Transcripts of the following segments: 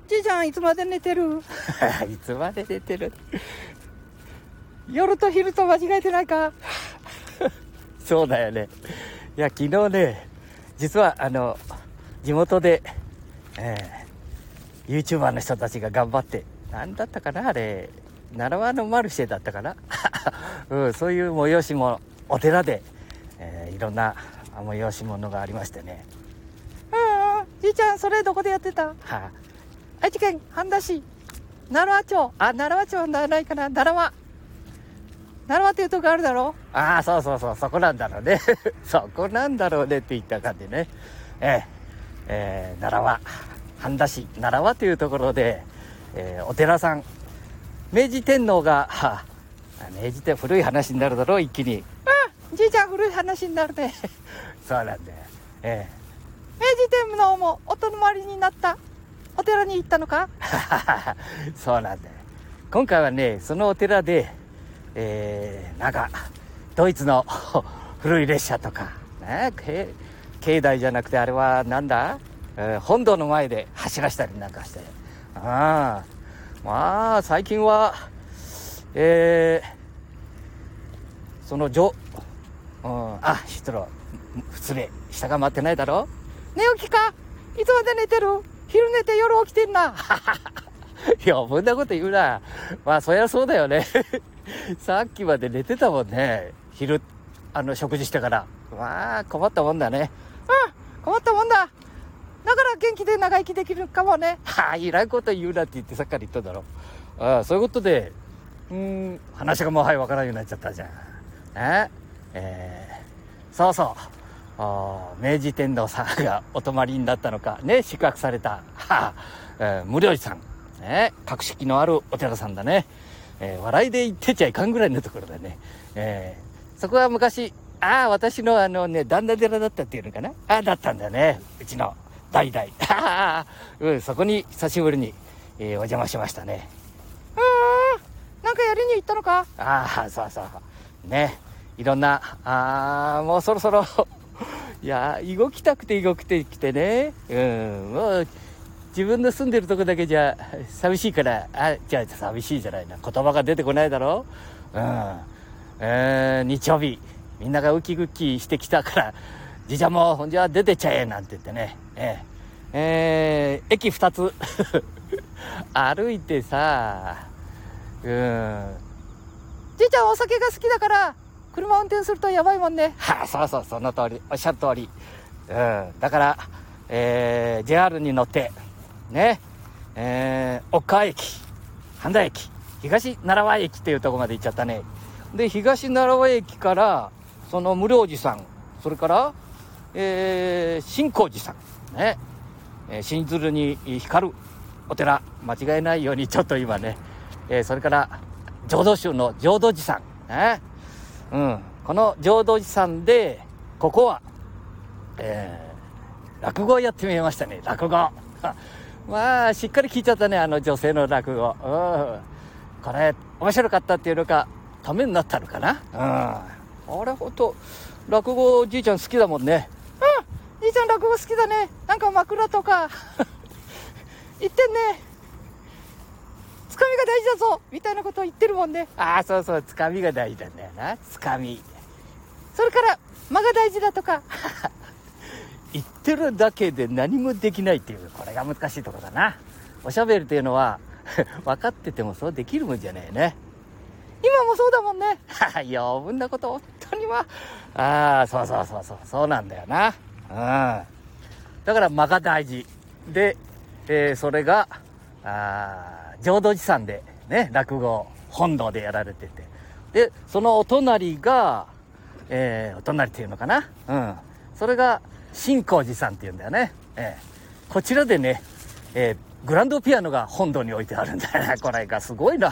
じいちゃんいつまで寝てるいつまで寝てる夜と昼と間違えてないかそうだよね。いや昨日ね、実は地元で、YouTuber の人たちが頑張って、なんだったかなあれ、奈良のマルシェだったかな、そういう催しもお寺で、いろんな催し物がありましてね。 じいちゃんそれどこでやってた？愛知県半田市奈良町。奈良町じゃないかな、奈良っていうとこあるだろ。 そうそこなんだろうねそこなんだろうねって言った感じでね。奈良は半田市奈良はというところで、お寺さん、明治天皇が明治って古い話になるだろう、一気に。 じいちゃん古い話になるねそうなんだよ。 明治天皇もお泊まりになったお寺に行ったのかそうなんだよ。今回はね、そのお寺で、なんかドイツの古い列車とか、ね、境内じゃなくてあれはなんだ、本堂の前で走らしたりなんかして、まあ最近は、その失礼、下が待ってないだろ。 寝起きか？いつまで寝てる？昼寝て夜起きてんな。 余分なこと言うな。まあそりゃそうだよねさっきまで寝てたもんね、昼食事してから。まあ困ったもんだね。 困ったもんだ。だから元気で長生きできるかもね。 いらんこと言うなって言ってさっきから言っただろ。そういうことで話がもうわからんようになっちゃったじゃん。そうそう、明治天皇さんがお泊まりになったのかね、宿泊された無量寺さん、格式のあるお寺さんだね。笑いで言ってちゃいかんぐらいのところだね。そこは昔私の旦那寺だったっていうのかな、だったんだね、うちの代々そこに久しぶりに、お邪魔しましたね。 なんかやりに行ったのか？ そうね、いろんなもうそろそろいや動きたくてきてね、もう自分の住んでるとこだけじゃ寂しいから、じゃあ寂しいじゃないな、言葉が出てこないだろ。日曜日みんながウキウキしてきたから、じいちゃんもほんじゃ出てっちゃえなんて言ってね、駅2つ歩いてさ、 じいちゃんお酒が好きだから車運転するとやばいもんね。 そうその通り、おっしゃる通り。だから、JR に乗ってね、岡川駅、半田駅、東奈良駅っていうところまで行っちゃったね。で東奈良駅からその無量寺さん、それから、新光寺さんね、新鶴に光るお寺、間違えないようにちょっと今ね、それから浄土宗の浄土寺さんね、この浄土寺さんでここは、落語をやってみましたね。落語まあしっかり聞いちゃったね、女性の落語。これ面白かったっていうのかためになったのかな。あれほんと落語じいちゃん好きだもんね。 じいちゃん落語好きだね。なんか枕とか言ってんね。つかみが大事だぞみたいなことを言ってるもんね。 そうつかみが大事なんだよな、つかみ。 それから間が大事だとか言ってるだけで何もできないっていう、これが難しいところだな。おしゃべりっていうのは分かっててもそうできるもんじゃねえね。 今もそうだもんね余分なこと本当にそうなんだよな。だから間が大事で、それが浄土寺さんでね、落語本堂でやられてて、でそのお隣が、お隣っていうのかな、それが新光寺さんっていうんだよね。こちらでね、グランドピアノが本堂に置いてあるんだよね。これがすごいな。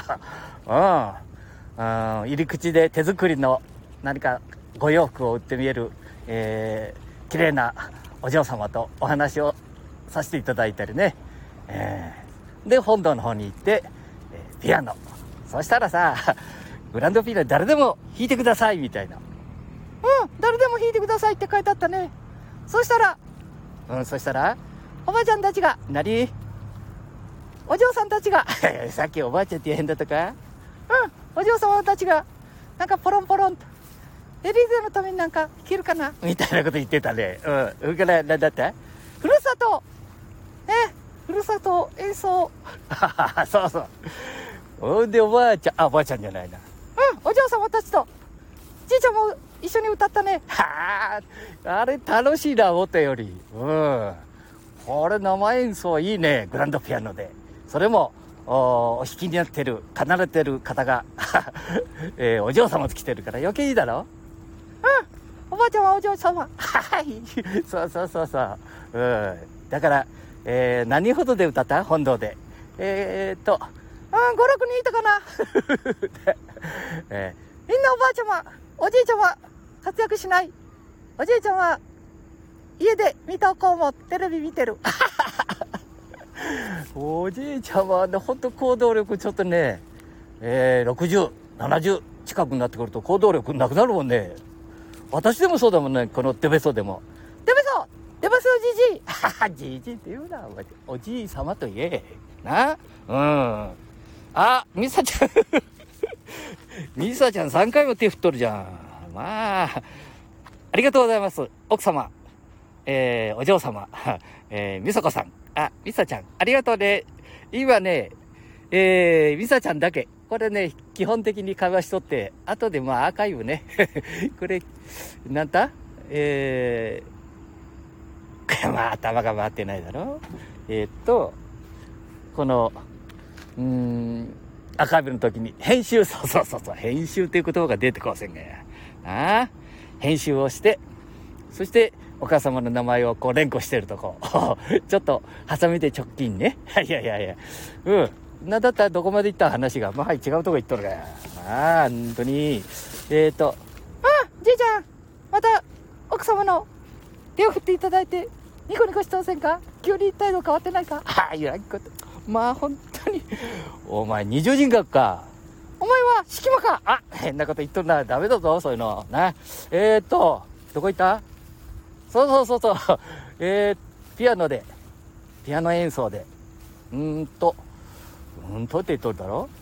入り口で手作りの何かご洋服を売って見える、綺麗なお嬢様とお話をさせていただいたりね、で本堂の方に行って、ピアノ、そしたらさ、グランドピアノ誰でも弾いてくださいみたいな。 誰でも弾いてくださいって書いてあったね。そしたらおばちゃんたちがお嬢さんたちがさっきおばあちゃんって言えへんだったか？ お嬢様たちがなんかポロンポロンとエリゼのためになんか弾けるかなみたいなこと言ってたね。それから何だった？ ふるさとふるさと演奏そうそう。ほんでおばあちゃん、おばあちゃんじゃないな。 お嬢様たちとじいちゃんも一緒に歌ったね。 あれ楽しいな、思ったより。これ生演奏いいね、グランドピアノで。それもお弾きになってる、奏でてる方が、お嬢様と来てるから余計いいだろ。 おばあちゃんはお嬢様。 そうそうそうそう。だから、何ほどで歌った？本堂で。5、6人いたかな。みんなおばあちゃま、おじいちゃま活躍しない。おじいちゃんは家で水戸黄門テレビ見てる。 おじいちゃんはね、ほんと行動力ちょっとね、60、70近くになってくると行動力なくなるもんね。私でもそうだもんね、このデベソでも。 デベソじじい。 じじいって言うな、おじい様と言え。な？ミサちゃん。ミサちゃん3回も手振っとるじゃん。まあ、ありがとうございます。奥様、お嬢様、みさこさん。ミサちゃん、ありがとうね。今ね、ミサちゃんだけ。これね、基本的に会話しとって、後でアーカイブね。これ、なんだ頭が回ってないだろ。この、アーカイブの時に、編集、そう、編集っていう言葉が出てこませんが、編集をして、そして、お母様の名前をこう連呼してるとこちょっとハサミで直近ね。いやなんだったらどこまで行った話が違うとこ行っとるかよ。本当にじいちゃんまた奥様の手を振っていただいてニコニコしてませんか？急に態度変わってないか？ いらんこと。本当にお前二重人格か。 お前は式間か。 変なこと言っとるな。ダメだぞそういうのな。どこ行った？そう。ピアノ演奏で。って言っとるだろ。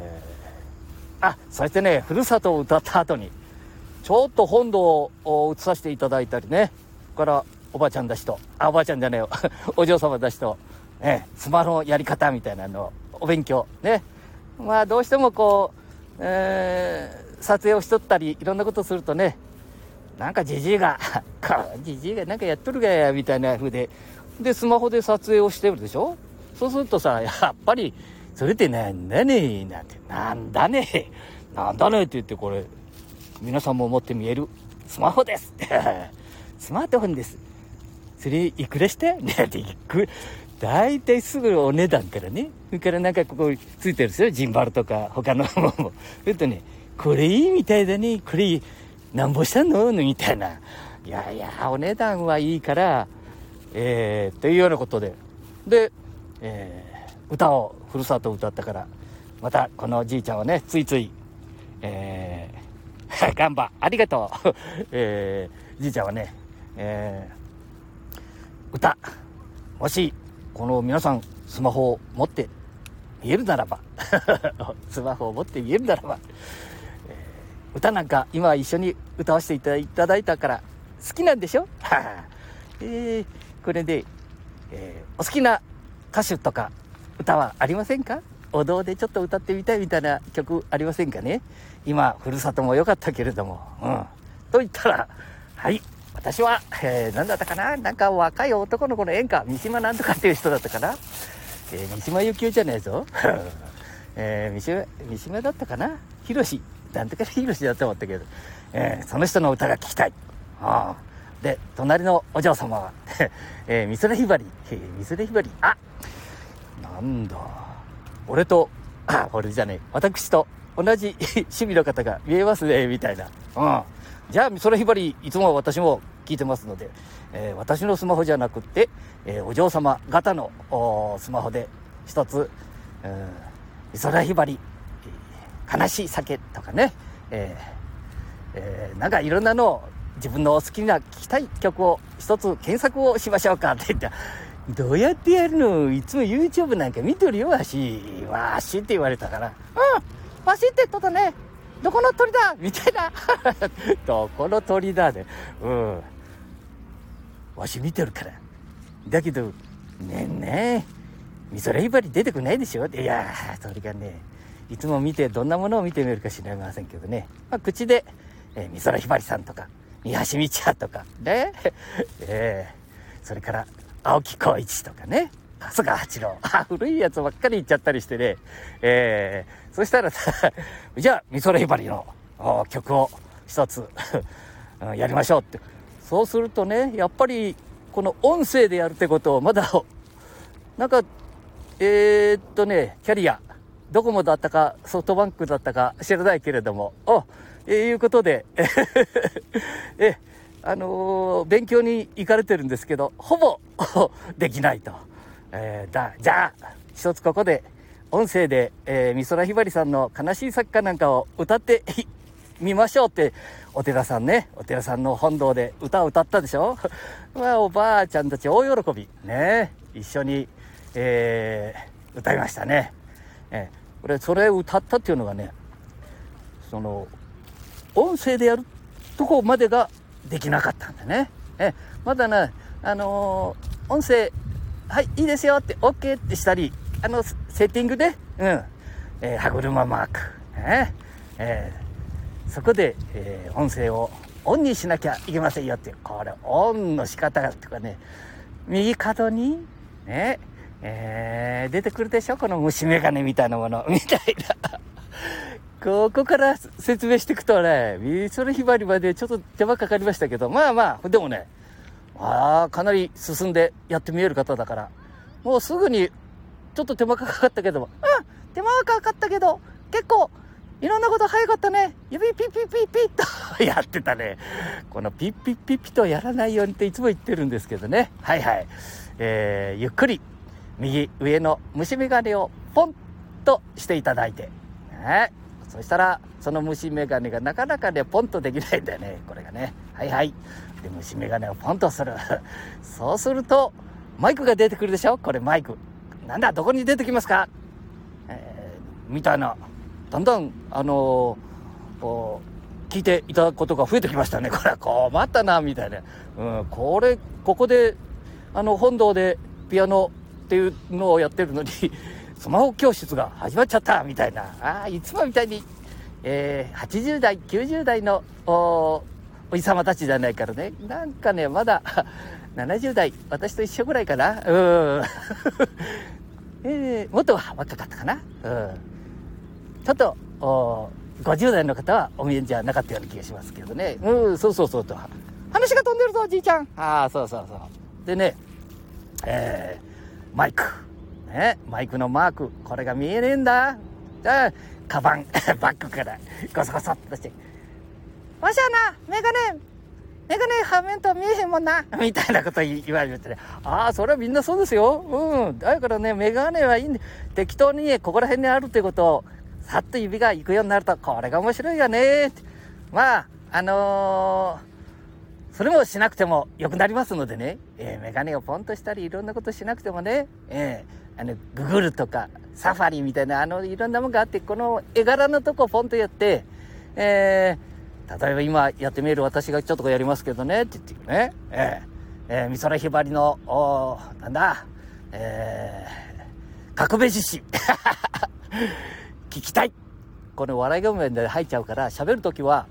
そしてね、ふるさとを歌った後に、ちょっと本堂を映させていただいたりね。これからおばあちゃんだしと、おばあちゃんじゃねえよ。お嬢様だしと、スマホのやり方みたいなのをお勉強。ね。どうしてもこう、撮影をしとったり、いろんなことするとね、なんかじじいがなんかやっとるがやみたいな風でスマホで撮影をしてるでしょ。そうするとさ、やっぱりそれってなんだねって言って、これ皆さんも持って見えるスマホですスマートフォンです。それいくらしただいたいすぐお値段からね。それからなんかここついてるんですよ、ジンバルとか他のものも。それとね、これいいみたいだね、これなんぼしたのみたいな。いやお値段はいいから、というようなことで、歌をふるさと歌ったから、またこのじいちゃんはね、ついつい、ガンバありがとう、じいちゃんはね、歌、もしこの皆さんスマホを持って見えるならば歌なんか今一緒に歌わせていただいたから好きなんでしょ。これで、お好きな歌手とか歌はありませんか？お堂でちょっと歌ってみたいみたいな曲ありませんかね？今ふるさとも良かったけれども、と言ったら、私は、何だったかな、なんか若い男の子の演歌、三島なんとかっていう人だったかな、三島由紀夫じゃないぞ三島だったかな、広なんとか広だと思ったけど、その人の歌が聴きたい。で隣のお嬢様は美空ひばり、なんだ、私と同じ趣味の方が見えますねみたいな。じゃあ美空ひばりいつも私も聞いてますので、私のスマホじゃなくって、お嬢様方のスマホで一つ、美空ひばり、悲しい酒とかね、なんかいろんなのを自分の好きな聴きたい曲を一つ検索をしましょうかって言った。 どうやってやるの？いつも YouTube なんか見とるよ、わしって言われたから、 わしって言っとったね。どこの鳥だみたいな。 どこの鳥だね。わし見てるから。だけど、美空ひばり出てこないでしょ。いやそれがね、いつも見て、どんなものを見てみるか知りませんけどね。口で、美空ひばりさんとか、三橋美智也とか、ね。それから、青木浩一とかね。春日八郎。古いやつばっかり言っちゃったりしてね。そしたらさ、じゃあ、美空ひばりの曲を一つやりましょうって。そうするとね、やっぱり、この音声でやるってことを、まだ、なんか、キャリア、ドコモだったか、ソフトバンクだったか知らないけれども、いうことで、勉強に行かれてるんですけど、ほぼできないと。じゃあ、一つここで、音声で、美空ひばりさんの悲しい作家なんかを歌ってみましょうって、お寺さんの本堂で歌を歌ったでしょ。おばあちゃんたち大喜び。ね。一緒に、歌いましたね。それを歌ったっていうのがね、音声でやるとこまでができなかったんだね。まだね、音声、はい、いいですよって、OK ってしたり、セッティングで、歯車マーク、そこで、音声をオンにしなきゃいけませんよって、これ、オンの仕方がっていうかね、右角に、ね、出てくるでしょ、この虫眼鏡みたいなもの、みたいな。ここから説明していくとね、美空ひばりまでちょっと手間かかりましたけど、でもね、かなり進んでやってみえる方だから、もうすぐにちょっと手間かかったけども、 手間はかかったけど、結構、いろんなこと早かったね。指ピッピッピッピッとやってたね。このピッピッピッピとやらないようにっていつも言ってるんですけどね。ゆっくり右上の虫眼鏡をポンとしていただいて、そしたらその虫眼鏡がなかなかねポンとできないんだよね、これがね。で虫眼鏡をポンとする。そうするとマイクが出てくるでしょ。これマイクなんだ、どこに出てきますか、みたいな、だんだん聞いていただくことが増えてきましたね。これは困ったなみたいな、ここで本堂でピアノっていうのをやってるのにスマホ教室が始まっちゃったみたいな、いつもみたいに、80代90代のおじさまたちじゃないからね、なんかねまだ70代私と一緒ぐらいかな、もっと若かったかな、ちょっと50代の方はお見えじゃなかったような気がしますけどね。そうと話が飛んでるぞ、じいちゃん。 そうでね、マイクのマーク、これが見えねえんだ。じゃあカバンバッグからゴソゴソっとして、 わしはなメガネはめんと見えへんもんなみたいなこと言われてね、それはみんなそうですよ。だからね、メガネはいいんで、適当にねここら辺にあるってことをさっと指が行くようになると、これが面白いよね。それもしなくてもよくなりますのでね、メガネをポンとしたりいろんなことしなくてもね、ググルとかサファリみたいないろんなものがあって、この絵柄のとこをポンとやって、例えば今やってみる私がちょっとやりますけどねって言ってね、美空ひばりの角部獅子聞きたい、この笑い画面で入っちゃうから、喋るときは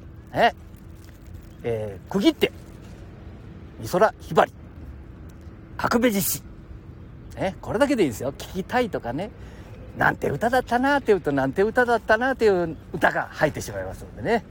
区切って美空ひばり角部獅子、これだけでいいですよ。聞きたいとかね、なんて歌だったなって言うと、なんて歌だったなっていう歌が入ってしまいますのでね、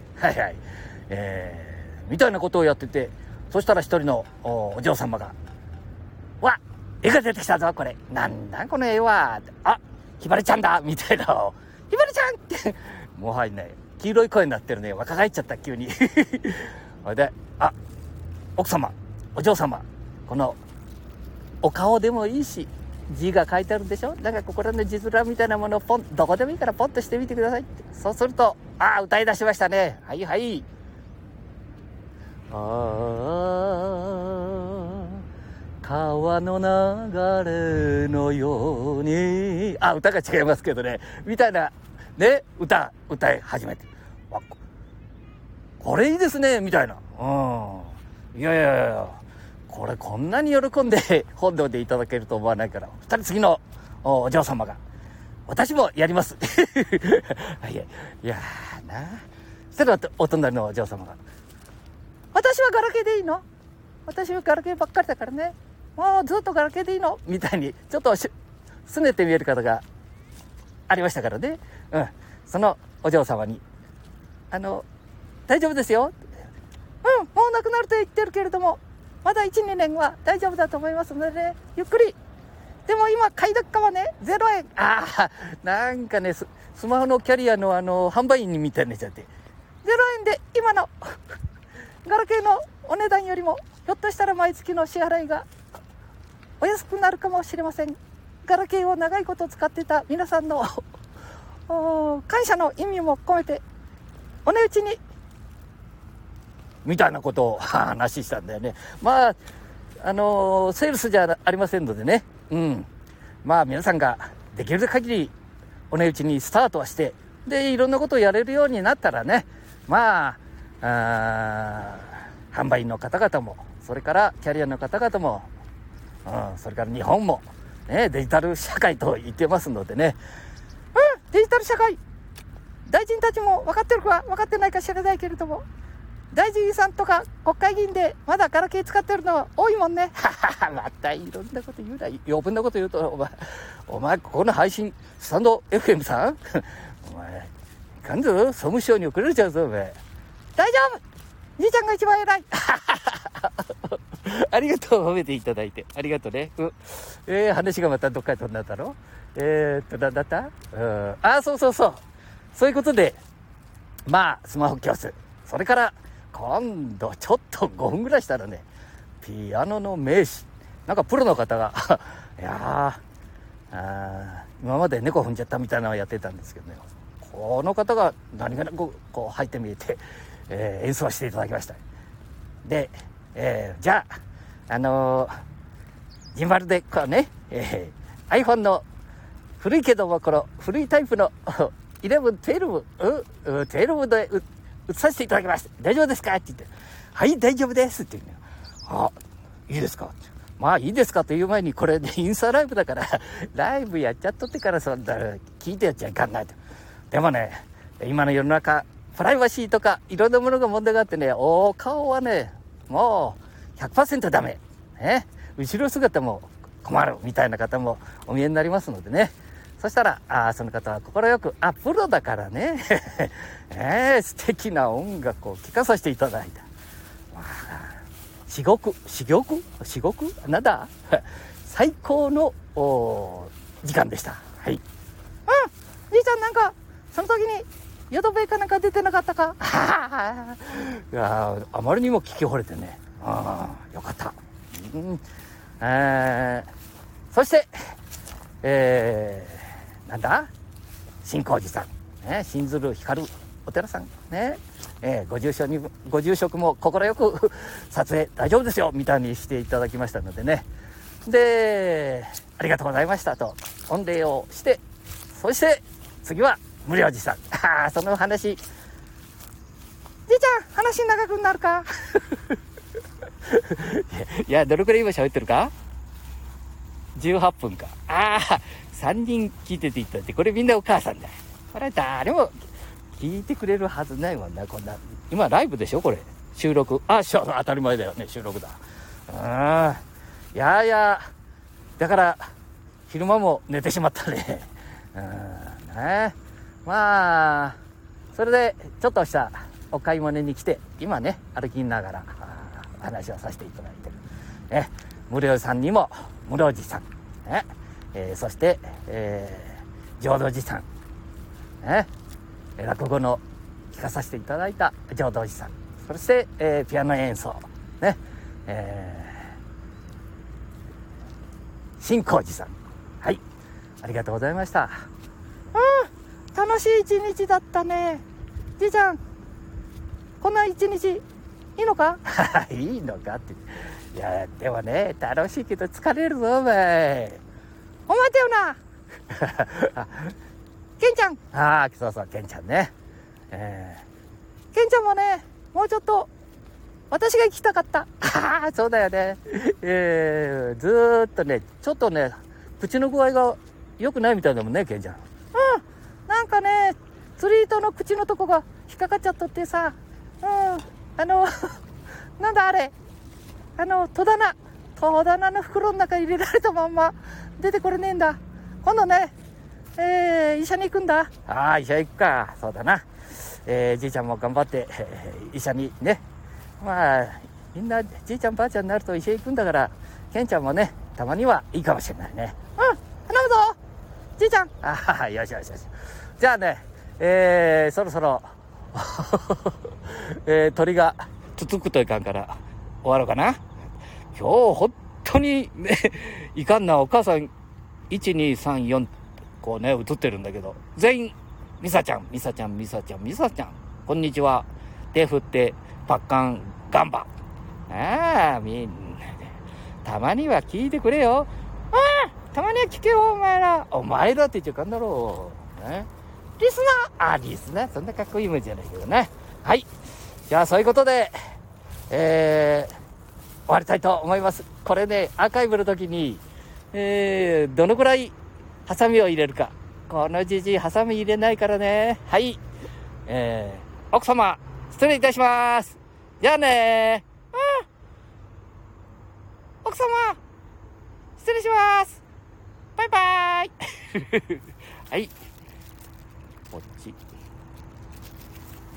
みたいなことをやってて、そしたら一人のお嬢様が、わっ、絵が出てきたぞ、これなんだこの絵は、ひばりちゃんだみたいな、ひばりちゃんってもはやね黄色い声になってるね、若返っちゃった急にそれで、奥様、お嬢様、このお顔でもいいし、字が書いてあるでしょ、だからここらの字面みたいなものをポン、どこでもいいからポンとしてみてくださいって。そうすると、歌い出しましたね。 川の流れのように、歌が違いますけどね、みたいなね、歌い始めて、これいいですねみたいな、いやこれこんなに喜んで本堂でいただけると思わないから、2人次のお嬢様が私もやりますいやな。そしたらお隣のお嬢様が、私はガラケーでいいの？私はガラケーばっかりだからね、もうずっとガラケーでいいの？みたいにちょっとすねて見える方がありましたからね、そのお嬢様に大丈夫ですよ、もうなくなると言ってるけれども、まだ 1,2 年は大丈夫だと思いますのでね、ゆっくり。でも今買い高はね0円、なんかね、スマホのキャリアの販売員みたいになっちゃって、0円で今のガラケーのお値段よりもひょっとしたら毎月の支払いがお安くなるかもしれません。ガラケーを長いこと使ってた皆さんの感謝の意味も込めてお値打ちに、みたいなことを話したんだよね。まあセールスじゃありませんのでね、まあ皆さんができる限りお値打ちにスタートはして、でいろんなことをやれるようになったらね、まあ販売員の方々も、それからキャリアの方々も、それから日本も、ね、デジタル社会と言ってますのでね、デジタル社会、大臣たちも分かってるか分かってないか知らないけれども、大臣さんとか国会議員でまだガラケー使ってるのは多いもんねまたいろんなこと言うな、余分なこと言うとお前ここの配信スタンド FM さんお前いかんぞ、総務省に送られちゃうぞお前。大丈夫、じいちゃんが一番偉いありがとう、褒めていただいてありがとうね。話がまたどっかに飛んだんだろう。なんだった？そういうことで、まあスマホ教室、それから今度ちょっと5分ぐらいしたらね、ピアノの名手、なんかプロの方がいや今まで猫踏んじゃったみたいなのをやってたんですけどね、この方が何気なくこう入ってみえて、演奏していただきました。で、じゃあジンバルでこうね、iPhone の古いけどもこの古いタイプの11、12で映させていただきました。大丈夫ですかって言って、はい大丈夫ですって言うの。いいですか。まあいいですかという前に、これねインスタライブだからライブやっちゃっとってからそんな聞いてやっちゃいかんないと。でもね、今の世の中プライバシーとかいろんなものが問題があってね、お顔はねもう 100% ダメ、後ろ姿も困るみたいな方もお見えになりますのでね、そしたらその方は快くプロだからね素敵な音楽を聴かさせていただいた。至極なんだ最高の時間でした。はい。じいちゃん、なんかその時にヨドベかなんか出てなかったかいやあまりにも聞き惚れてね、よかった。そしてなんだ新光寺さん、新鶴光お寺さんね、ご住職も快く撮影大丈夫ですよみたいにしていただきましたのでね、でありがとうございましたと御礼をして、そして次は無料寺さんその話、じいちゃん話長くなるかいやどれくらい今喋ってるか、18分か。3人聞いてていただいて、これみんなお母さんだ。これ誰も聞いてくれるはずないもんな、こんな。今ライブでしょこれ、収録。当たり前だよね、収録だ。いやだから昼間も寝てしまったね。まあそれでちょっとしたお買い物に来て、今ね歩きながら話をさせていただいてる、無料さんにも無料寺さん、そして、浄土寺さん、落語の聞かさせていただいた浄土寺さん、そして、ピアノ演奏ね、新光寺さん、はい、ありがとうございました。楽しい一日だったね。じいちゃん、こんな一日いいのかいいのかって、 いや、でもね、楽しいけど疲れるぞ、お前。 お待てよな。ケンちゃん。 ああ、そうそう、ケンちゃんね。 ケンちゃんもね、もうちょっと、私が聞きたかった。 ああ、そうだよね。ずーっとね、ちょっとね、口の具合が良くないみたいだもんね、ケンちゃん。 なんかね、釣り糸の口のとこが引っかかっちゃっとってさ、なんだあれ、戸棚の袋の中に入れられたまんま出てこれねえんだ。今度ね、医者に行くんだ。 ああ、医者行くか。そうだな。じいちゃんも頑張って、医者にね。まあ、みんなじいちゃんばあちゃんになると医者行くんだから、ケンちゃんもね、たまにはいいかもしれないね。 頼むぞじいちゃん。 ああ、よしよしよし。じゃあね、そろそろ、鳥がつつくといかんから終わろうかな。今日本当にね、いかんな。お母さん1、2、3、4こうね映ってるんだけど、全員ミサちゃんこんにちは。手振ってパッカンガンバ。ああ、みんなでたまには聞いてくれよ。たまには聞けよ、お前ら。お前らって言っちゃいかんだろう。ね、 リスナー。 リスナー、そんなかっこいい文字じゃないけどね。はい。じゃあそういうことで、終わりたいと思います。これね、アーカイブの時に、どのくらいハサミを入れるか。このじじいハサミ入れないからね。はい。奥様、失礼いたします。じゃあね。奥様、失礼します。バイバイ。はい。こっち。